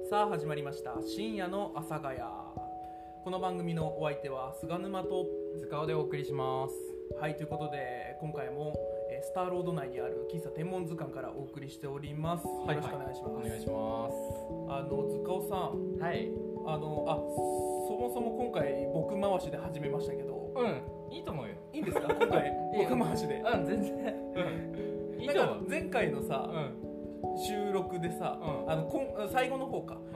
さあ始まりました深夜の阿佐ヶ谷。この番組のお相手は菅沼と塚尾でお送りします。 はい、ということで今回もスターロード内にある喫茶天文図鑑からお送りしております。よろしくお願いします。 お願いします。 塚尾さん、 はい。 そもそも今回僕回しで始めましたけど、 いいと思うよ。 いいんですか今回僕回しで。 全然。いいと思う。 なんか前回のさ、収録でさ、最後の方か、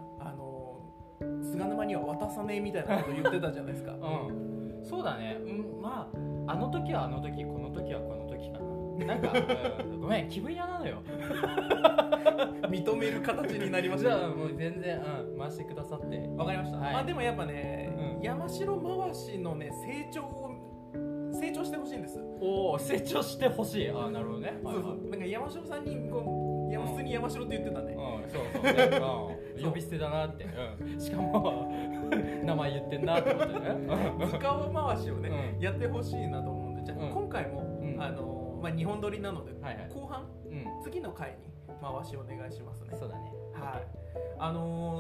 菅沼には渡さねえみたいなこと言ってたじゃないですか。 そうだね。まああの時はあの時、この時はこの時かな。なんかごめん、気分屋なのよ。 認める形になりました。 じゃあもう全然、回してくださって。 わかりました。 はい、 まあでもやっぱね、山城回しのね成長してほしいんです。 おお、成長してほしい。なるほどね。 そうそう。なんか山城さんに普通に山城って言ってたね。 そうね。呼び捨てだなって。しかも名前言ってんなって思ってね。 塚尾回しをね、やってほしいなと思うんで、じゃあ今回も2本撮りなので後半次の回に回しお願いしますね。 そうだね。 はい。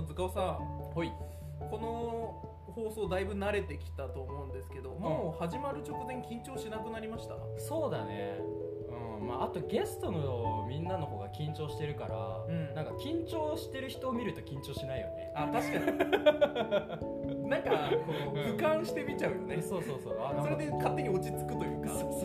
塚尾さん、この放送だいぶ慣れてきたと思うんですけど、もう始まる直前緊張しなくなりました？ そうだね。あとゲストのみんなの方が緊張してるから、なんか緊張してる人を見ると緊張しないよね。 確かに。なんかこう俯瞰してみちゃうよね。 そう。 それで勝手に落ち着くというか。 そう。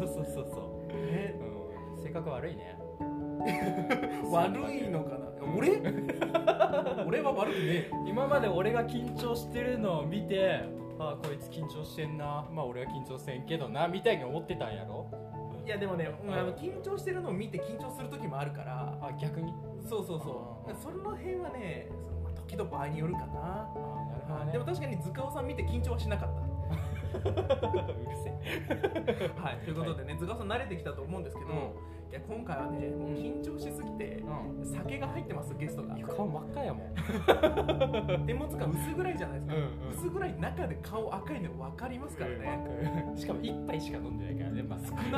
性格悪いね。 悪いのかな。俺は悪くねえ。 今まで俺が緊張してるのを見て、こいつ緊張してんな、俺は緊張せんけどなみたいに思ってたんやろ。 いやでもね、緊張してるのを見て緊張する時もあるから。 逆に。そう。 その辺はね、時と場合によるかな。 なるほどね。 でも確かに塚尾さん見て緊張はしなかった。 うるせえ。 はい、ということでね、塚尾さん慣れてきたと思うんですけど、いや今回はね、もう緊張しすぎて、酒が入ってます、ゲストが。 顔真っ赤やもん。 天文図鑑薄暗いじゃないですか。薄暗い中で顔赤いの分かりますからね。 しかも1杯しか飲んでないからね、少な。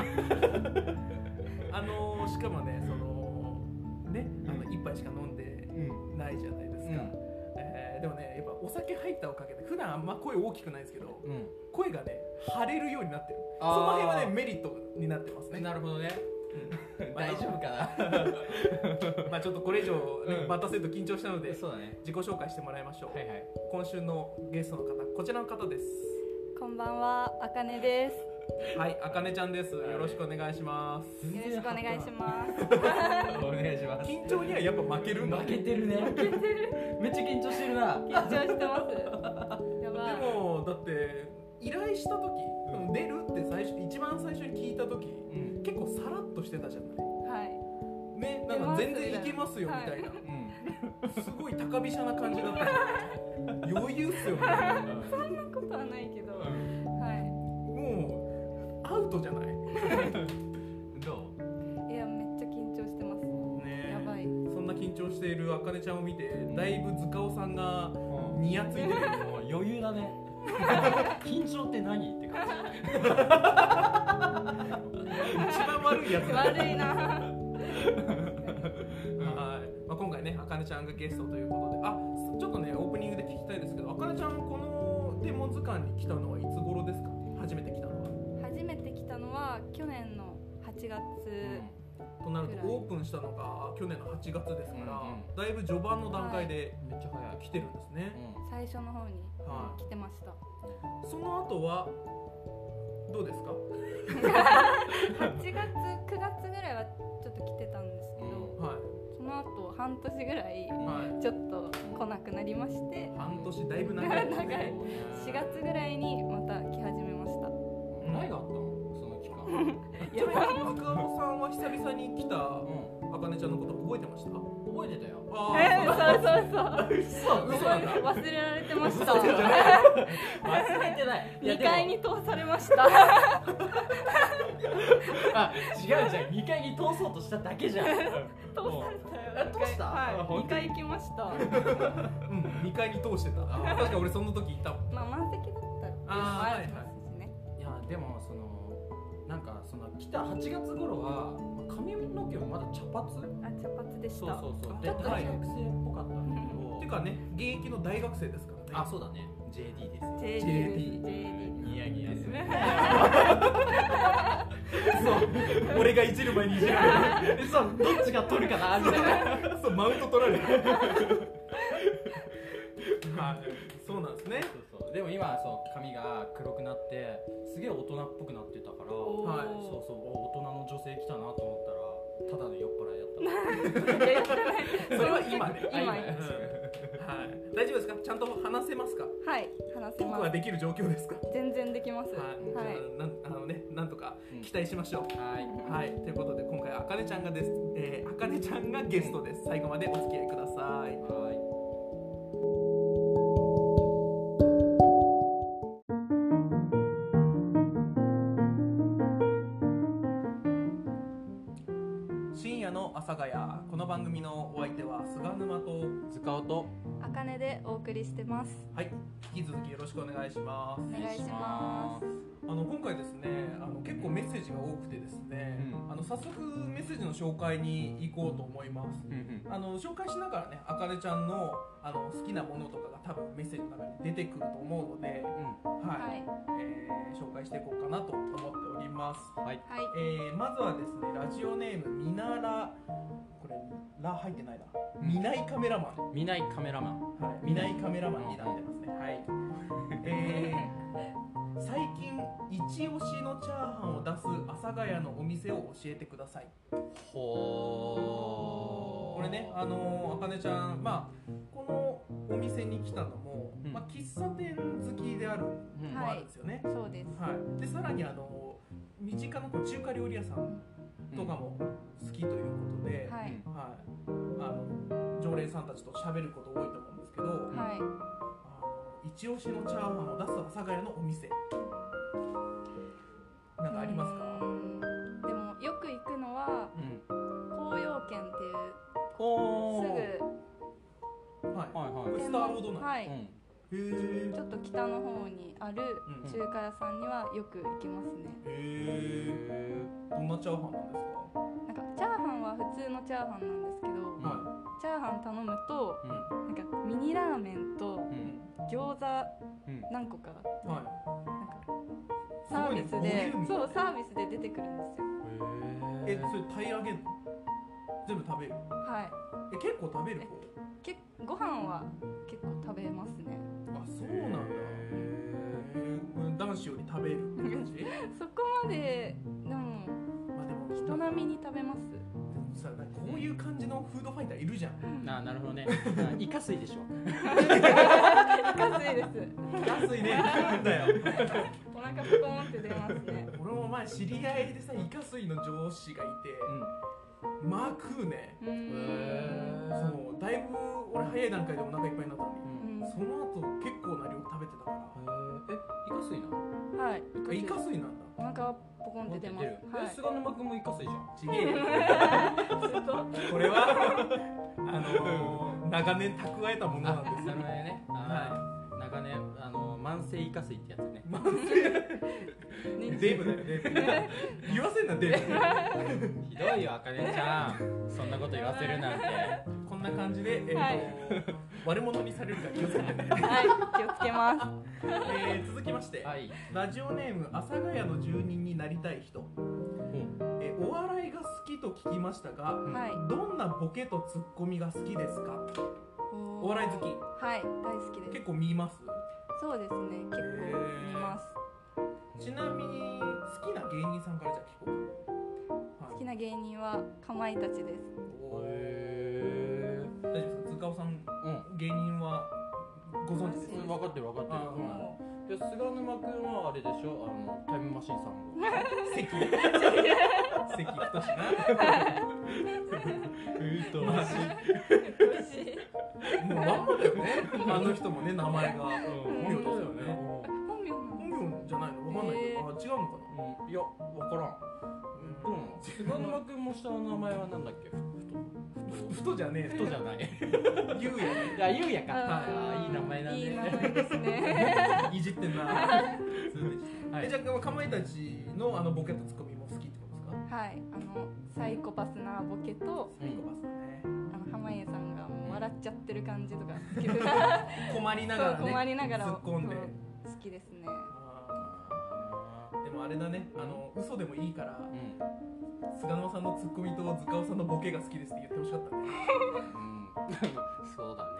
しかもね、1杯しか飲んでないじゃないですか。でもね、やっぱお酒入ったおかげで普段あんま声大きくないですけど、声がね張れるようになってる。その辺はねメリットになってますね。 なるほどね。大丈夫かな。ちょっとこれ以上待たせると緊張したので、 そうだね、 自己紹介してもらいましょう。 はい。 今週のゲストの方、こちらの方です。 こんばんは、あかねです。 はい、あかねちゃんです。よろしくお願いします。 よろしくお願いします。 お願いします。 緊張にはやっぱ負けるんだ。 負けてるね。めっちゃ緊張してるな。 緊張してます。やばい。 でもだって依頼した時、出るって一番最初に聞いた時、結構さらっとしてたじゃない。 はいね、なんか全然いけますよみたいな。すごい高飛車な感じだった。余裕っすよね。 そんなことはないけど、はい。 もうアウトじゃない。 どう？いや、めっちゃ緊張してますね。やばい。 そんな緊張しているあかねちゃんを見て、だいぶ塚尾さんがニヤついてる。 もう余裕だね。緊張って何って感じ。 一番悪いやつ。 悪いな。 はい。今回ね、あかねちゃんがゲストということで、ちょっとねオープニングで聞きたいですけど、あかねちゃんこの天文図鑑に来たのはいつ頃ですか？初めて来たのは。 初めて来たのは去年の8月。 となるとオープンしたのが去年の8月ですから、だいぶ序盤の段階で来てるんですね。 最初の方に来てました。 その後はどうですか ？8月9月ぐらいはちょっと来てたんですけど、その後半年ぐらいちょっと来なくなりまして、 半年だいぶ長いですね。 4月ぐらいにまた来始めました。 何があったのその期間？ ちなみに塚尾さんは久々に来たあかねちゃんのこと覚えてました？ 覚えてたよ。 そう。 嘘なんだ。 忘れられてました。 忘れてない。 2階に通されました。 違うじゃん。2階に通そうとしただけじゃん。 通されたよ。 通した？ はい。2階行きました。 2階に通してた。確か俺その時いたもん。 満席だったっていうのもあるしね。 いやでもなんか来た8月頃は髪の毛もまだ茶髪？ 茶髪でした。 そうで大学生っぽかったんだけど。 いうかね、現役の大学生ですからね。 あ、そうだね。JD ですよ。 JD ニヤニヤする。 そう、俺がいじる前にいじられる。 そう、どっちが取るかなみたいな。 そう、マウント取られる。はい、そうなんですね。 そうでも今そう髪が黒くなってすげえ大人っぽくなってたから、はい、そうそう大人の女性来たなと思ったらただの酔っ払いやった。 それは今ね。 今。 はい。大丈夫ですか？ちゃんと話せますか？ はい、話せます。 僕はできる状況ですか？ 全然できます。はい。 なんとか期待しましょう。はい。ということで今回あかねちゃんがです。あかねちゃんがゲストです。最後までお付き合いください。はい。深夜の阿佐ヶ谷。この番組のお相手は菅沼と塚尾とあかねでお送りしてます。 はい、引き続きよろしくお願いします。 お願いします。 今回ですね、結構メッセージが多くてですね、早速メッセージの紹介に行こうと思います。紹介しながらね、あかねちゃんの好きなものとかが多分メッセージの中に出てくると思うので、紹介していこうかなと思っております。はい。まずはですね、ラジオネームみなら、これラ入ってないな。みないカメラマン。 みないカメラマン。 はい。みないカメラマンになってますね。はい。最近一押しのチャーハンを出す阿佐ヶ谷のお店を教えてください。これね、あかねちゃん、このお店に来たのも、喫茶店好きであるのもあるんですよね。 そうです。 はい。でさらに身近な中華料理屋さんとかも好きということで、常連さんたちと喋ること多いと思うんですけど、一押しのチャーハンを出す阿佐ヶ谷のお店なんかありますか？ でもよく行くのは紅葉軒っていうすぐスターロード内、 ちょっと北の方にある中華屋さんにはよく行きますね。 どんなチャーハンなんですか？ なんかチャーハンは普通のチャーハンなんですけど、チャーハン頼むとなんかミニラーメンと餃子何個かなんかサービスで、そうサービスで出てくるんですよ。 それ平らげんの？全部食べる？ はい。 結構食べる方？ ご飯は結構食べますね。 あ、そうなんだ。男子より食べる感じ？ そこまででも人並みに食べます。 さ、こういう感じのフードファイターいるじゃん。 なるほどね。イカ水でしょ。 イカ水です。 イカ水ね。なんだよ。 お腹ポコンって出ますね。 俺も前知り合いでさ、イカ水の上司がいて、まあ食うね。そう、だいぶ俺早い段階でお腹いっぱいになったのに、その後結構な量食べてたから。 イカ水なの？ はい。 イカ水なんだ。 お腹ポコンって出ます。 菅沼君もイカ水じゃん。 ちげえよ。これは長年蓄えたものなんですよ。 なるほどね。長年慢性イカ水ってやつね。 慢性デブだよね。言わせんなデブ。 ひどいよあかねちゃん。そんなこと言わせるなんて。 こんな感じで悪者にされるから気をつけてね。 はい、気をつけます。 続きまして、ラジオネーム阿佐ヶ谷の住人になりたい人。お笑いが好きと聞きましたが、どんなボケとツッコミが好きですか？お笑い好き？ はい、大好きです。 結構見ます？ そうですね、結構見ます。 ちなみに好きな芸人さんからじゃあ聞こうか。 好きな芸人はかまいたちです。 大丈夫ですか？塚尾さん、芸人はご存知ですか？ 分かってる。で菅沼君はあれでしょ、タイムマシーンさん関太もうまんまだよね。あの人もね、名前が本名ですよね。 本名じゃないの？わかんないけど、違うのかな？いや、わからん。菅沼君も下の名前はなんだっけ？ ふとじゃねえ。 ふとじゃない。 ゆうや。 いや、ゆうやか。いい名前だね。 いい名前ですね。 いじってんな。じゃあかまいたちのボケとツッコミも好きってことですか？ はい、サイコパスなボケとサイコパスね。 浜まゆさんがもう笑っちゃってる感じとか好きで困りながらね困りながら突っ込んで好きですね。 でもあれだね、嘘でもいいから、菅沼さんのツッコミと塚尾さんのボケが好きですって言ってほしかったね。 そうだね。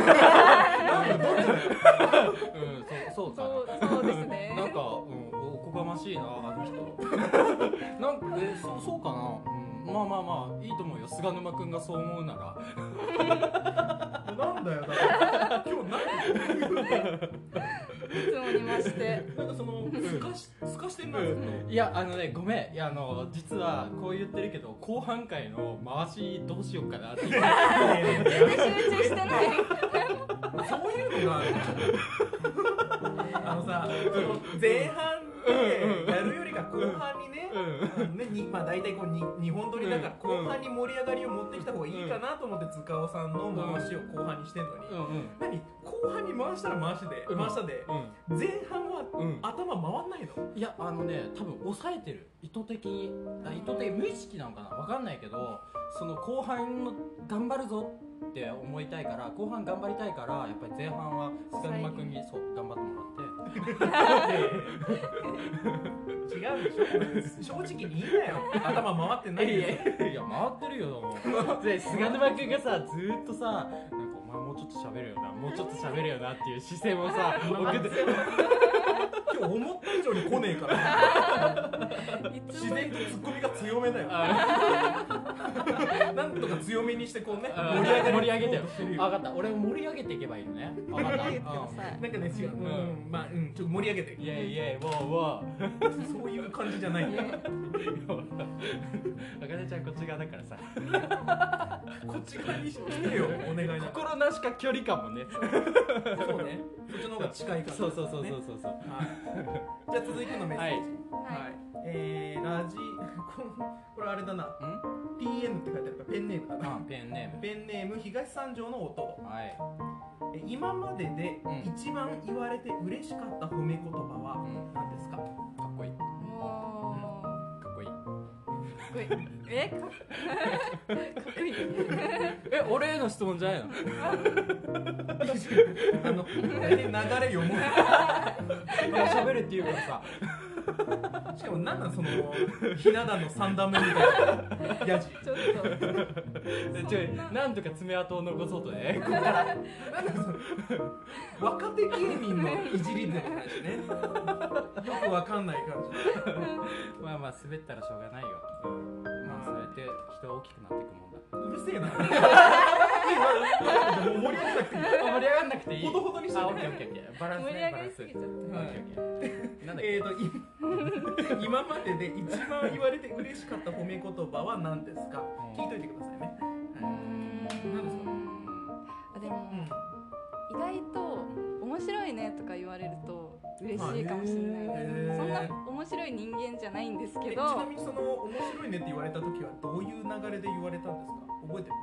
そうですね。 なんか、おこがましいな、あの人。なんか、そうかな。まあいいと思うよ。菅沼くんがそう思うなら。 なんだよ、だから今日何いつもにましてなんかそのすかしてんな、ずっと。 いやごめん、いや実はこう言ってるけど後半回の回しどうしようかなって全然集中してないそういうのがある。さ、その前半でやるよりか後半にね、まあ大体こう2本撮りだから後半に盛り上がりを持ってきた方がいいかなと思って塚尾さんの回しを後半にしてんのに、何後半に回したら回したで前半は頭回んないの？ いや多分抑えてる、意図的無意識なのかな、分かんないけど、その後半の頑張るぞって思いたいから、後半頑張りたいから、やっぱり前半は菅沼君にそう頑張ってもらって。 違うでしょ、正直に言いなよ。頭回ってない。 いや回ってるよ。で菅沼君がさ、ずーっとさ、なんかお前もうちょっと喋るよな、もうちょっと喋るよなっていう視線をさ送って今日思った以上に来ねえから自然とツッコミが強めだよ。なんとか強めにしてこうね、 盛り上げてよ。分かった、俺も盛り上げていけばいいのね。分かった。なんかね、 違う、まあちょっと盛り上げて、 イエイイエイ、わそういう感じじゃないんだよ。 あかねちゃんこっち側だからさ、 こっち側にしてよ、お願いだ。 心なしか距離感もね。 そうね、そっちの方が近いから。 そう。 じゃあ続いてのメッセージ。ラジこれあれだな。PM って書いてあるからペンネームだな。ペンネーム東三条の弟。今までで一番言われて嬉しかった褒め言葉は何ですか？かっこいい。かっこいい。 かっこいい。 俺への質問じゃないの？ 流れ読もう。 喋れって言うからさ。 しかもなんなんそのひな壇の3段目みたいなヤジ。 ちょっとなんとか爪痕を残そうとね。ここからなんだ若手芸人のいじりでもないしね。よくわかんない感じ。 まあ滑ったらしょうがないよ。そうやって人は大きくなっていくもんだ。 うるせえな。もう盛り上がんなくていい。ほどほどにしてね。 バランスね。 盛り上がりすぎちゃった。 今までで一番言われて嬉しかった褒め言葉は何ですか？聞いといてくださいね。何ですか？ でも意外と面白いねとか言われると嬉しいかもしれないです。そんな面白い人間じゃないんですけど。 ちなみにその面白いねって言われた時はどういう流れで言われたんですか？覚えてます？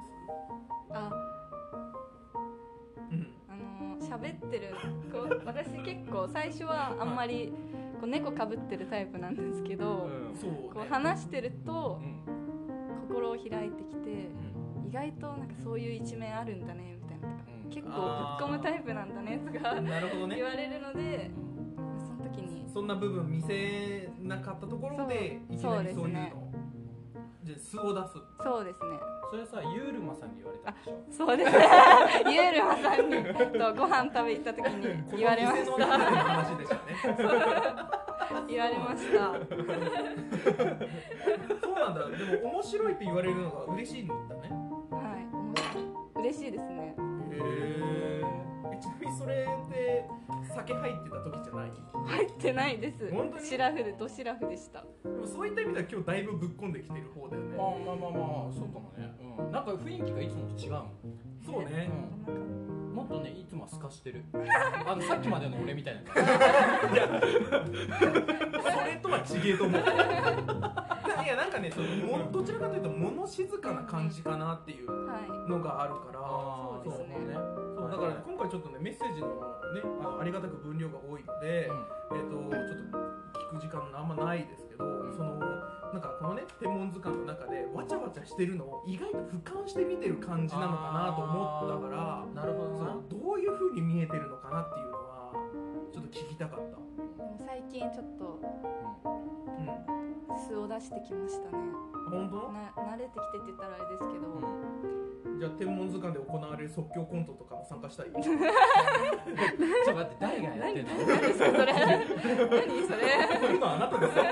喋ってる私結構最初はあんまりこう猫かぶってるタイプなんですけど、こう話してると心を開いてきて、意外となんかそういう一面あるんだねみたいなとか、結構ぶっ込むタイプなんだねとか言われるので、その時にそんな部分見せなかったところでいきなりそういうのじゃあ素を出す。 そうですね。 それさ、ユールマさんに言われたでしょ？ そうですね。ユールマさんにとご飯食べ行った時に言われました。言われました。 そうなんだ。でも面白いって言われるのが嬉しいんだね。 はい、嬉しいですね。 ちなみにそれって酒入ってた時じゃない？ 入ってないです。 本当に？ シラフでドシラフでした。 でもそういった意味では今日だいぶぶっこんできてる方だよね。 まあそうかもね。なんか雰囲気がいつもと違うもん。 そうね。 もっとね、いつもは透かしてる。さっきまでの俺みたいな。いや、それとは違えと思う。いやなんかね、どちらかというと物静かな感じかなっていうのがあるから。 そうですね。 だからね、今回ちょっとねメッセージのねありがたく分量が多いので、ちょっと聞く時間あんまないですけど、そのなんかこのね天文図鑑の中でわチャバチャしてるのを意外と俯瞰して見てる感じなのかなと思ったから、 なるほどな。 どういう風に見えてるのかなっていうのはちょっと聞きたかった。でも最近ちょっと素を出してきましたね。 本当？ 慣れてきてって言ったらあれですけど、 じゃあ天文図鑑で行われる即興コントとかも参加したい？ ちょっと待って、誰がやってんの？ 何それ何それ今あなたですよ。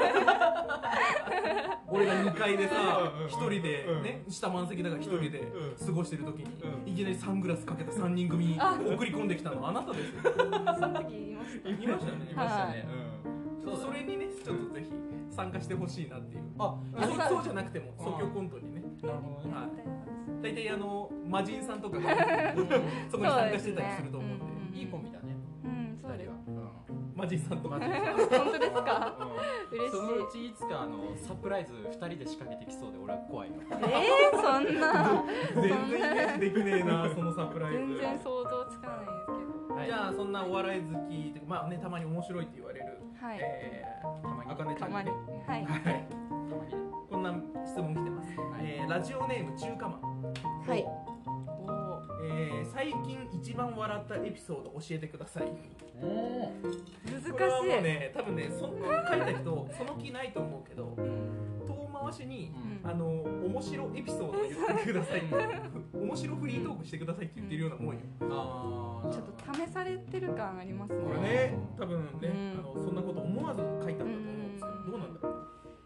俺が2階でさ一人でね、下満席だから一人で過ごしてる時にいきなりサングラスかけた3人組に送り込んできたのあなたですよ。 その時言いました。 いましたね。 いましたね。 それにねちょっとぜひ参加してほしいなっていう。そうじゃなくても即興コントにね。 なるほどね。 大体魔人さんとかがそこに参加してたりすると思うんで、 いいコンビだね。 そうです。 魔人さんとか。 本当ですか？嬉しい。 そのうちいつかサプライズ2人で仕掛けてきそうで俺は怖いよ。 そんな全然イメージできねえなそのサプライズ。 全然想像つかないですけど。 じゃあそんなお笑い好きでまあねたまに面白いって言われるあかねちゃんにね、こんな質問来てます。ラジオネーム中華マン。 はい。 最近一番笑ったエピソード教えてください。 難しい。 これはもうね多分ねそんな書いた人その気ないと思うけど、遠回しに面白エピソードを言ってください面白フリートークしてくださいって言ってるようなもんよ。 ちょっと試されてる感ありますね。 これね多分ねそんなこと思わず書いたんだと思うんですよ。どうなんだろ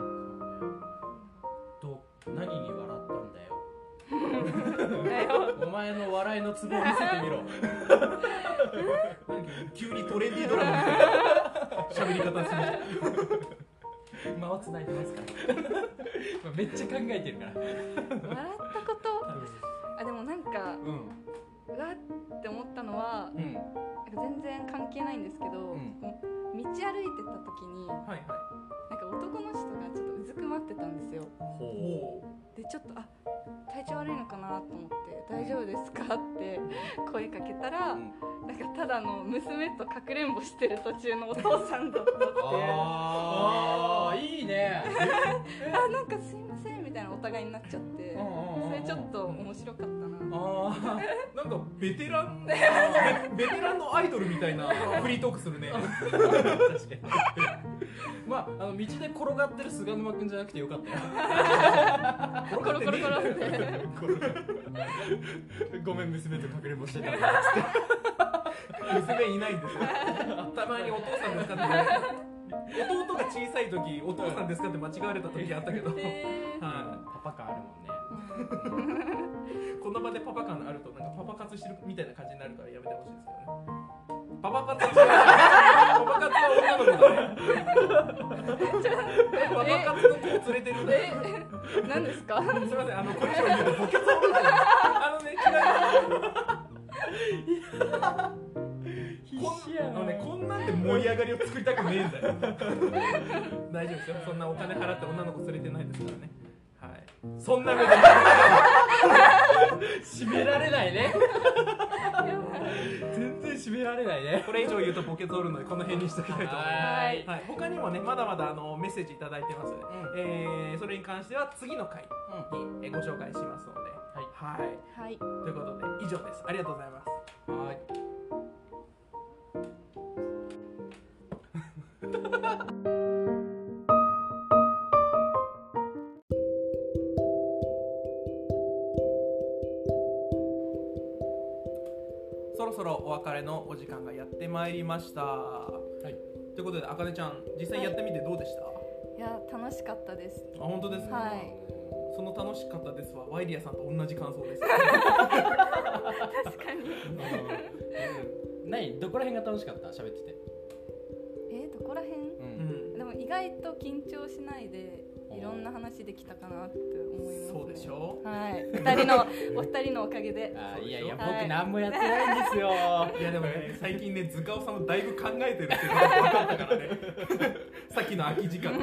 う。 何に笑ったんだよ。お前の笑いのツボを見せてみろ。 急にトレンディードラマみたいな喋り方する。 間をつないでますからめっちゃ考えてるから笑ったことでもなんかうわって思ったのは全然関係ないんですけど、道歩いてた時になんか男の人がちょっとうずくまってたんですよ。でちょっと体調悪いのかなと思って大丈夫ですかって声かけたら、なんかただの娘とかくれんぼしてる途中のお父さんだったっていいねなんかすいませんみたいなお互いになっちゃって、それちょっと面白かったな。 なんかベテランのアイドルみたいなフリートークするね。 確かにまあ道で転がってる菅沼くんじゃなくてよかったよ。 コロコロコロってごめん娘とかくれんぼしてた娘いないんですよ。たまにお父さんですかって弟が小さい時お父さんですかって間違われた時あったけど、 パパ感あるもんね。 この場でパパ感あるとなんかパパ活してるみたいな感じになるからやめてほしいですけどね。パパ活は女の子だね。パパ活の子を連れてるんだよ。 何ですか？ すみません、これ以上言うとボケそうなんですよ。こんなんで盛り上がりを作りたくねえんだよ。大丈夫ですよ。そんなお金払って女の子連れてないですからね。はい。そんな目で締められないね。全然締められないね。 これ以上言うとボケゾるのでこの辺にしておきたいと思います。はい。他にもねまだまだメッセージいただいてます。それに関しては次の回にご紹介しますので。はい。ということで以上です。ありがとうございます。はい。そろそろお別れのお時間がやってまいりました。ということであかねちゃん実際やってみてどうでした？ いや楽しかったです。 本当ですか？はい。その楽しかったですはワイリアさんと同じ感想です。 確かに。 どこら辺が楽しかった？喋ってて。 どこら辺？でも意外と緊張しないでいろんな話できたかなって思います、ね。そうでしょ？はい。お二人のおかげで。 いやいや僕何もやってないんですよ。 いやでもね最近ね塚尾さんもだいぶ考えてるっていうのが分かったからね。さっきの空き時間。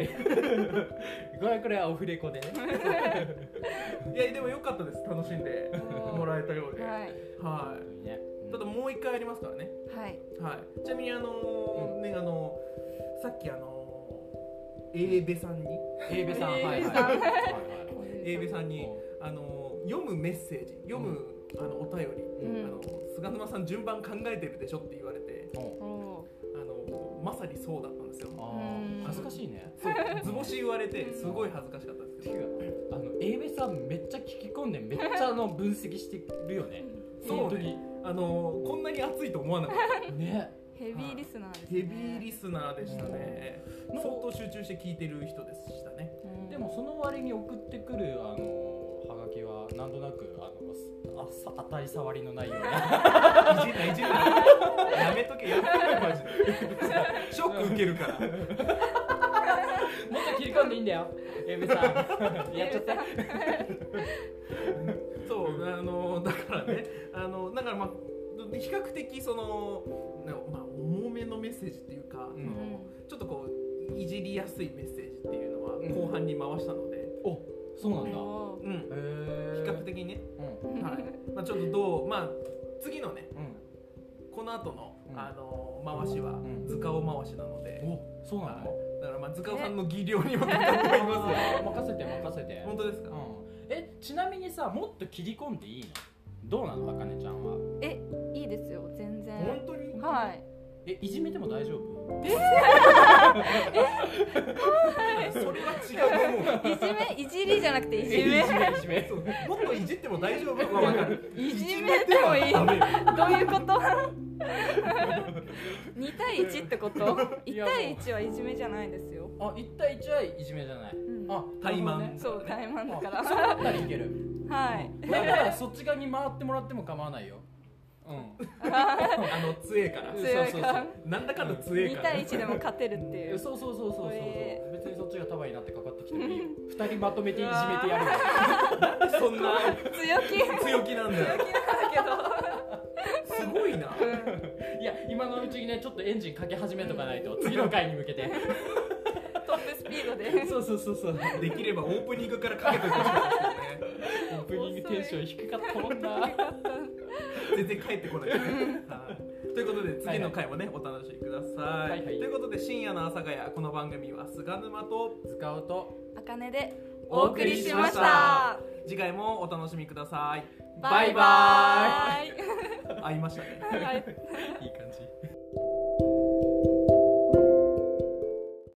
これはオフレコでね。 いやでも良かったです。楽しんでもらえたようで。はい。ただもう一回ありますからね。はい。ちなみにさっきエーベさんに。 エーベさん。 英部さんに読むメッセージ、読むお便り、菅沼さん順番考えてるでしょって言われて、まさにそうだったんですよ。 恥ずかしいね。 そう図星言われてすごい恥ずかしかったんですけど、 英部さんめっちゃ聞き込んでめっちゃ分析してるよね。 そうね、こんなに熱いと思わなかったね。 ヘビーリスナーですね。 ヘビーリスナーでしたね。相当集中して聞いてる人でしたね。 でもその割に送ってくるはがきはなんとなく当たり障りのないような。 いじんなやめとけマジで。ショック受けるから。もっと切り込んでいいんだよ、エビさん。やっちゃった。 そうだからね、だからまあ比較的その重めのメッセージっていうか、ちょっとこういじりやすいメッセージっていうのは後半に回したので、 そうなんだ。 比較的ね、ちょっと次のね、この後の回しは塚尾回しなので、 そうなの？ だから塚尾さんの技量にもかかっていますよ。 任せて。 本当ですか？ ちなみにさ、もっと切り込んでいいの？どうなの、あかねちゃんは？ いいですよ、全然。 本当に？ はい。 いじめても大丈夫？ それは違うと思う。いじりじゃなくていじめ。 もっといじっても大丈夫は分かる。 いじめてもいい。どういうこと？ 2 対1ってこと？ 1 対1はいじめじゃないですよ。 1対1はいじめじゃない。 怠慢。 そう、怠慢だから。 そうだったらいける。 はい。 だからそっち側に回ってもらっても構わないよ。 強えから。なんだかんだ強えから。 2対1でも勝てるっていう。 そう。別にそっちが束になってかかってきてもいいよ。2人まとめていじめてやるよ。 なんでそんな強気なんだよ。すごいな。 いや、今のうちにね、ちょっとエンジンかけ始めとかないと次の回に向けてトップスピードで。 そうできればオープニングからかけといてほしかったですよね。 オープニングテンション低かったもんな。 全然帰ってこない。ということで次の回もね、お楽しみください。ということで深夜の阿佐ヶ谷、この番組は菅沼と塚尾とあかねでお送りしました。 次回もお楽しみください。 バイバーイ。 会いましたね。 はい。 いいか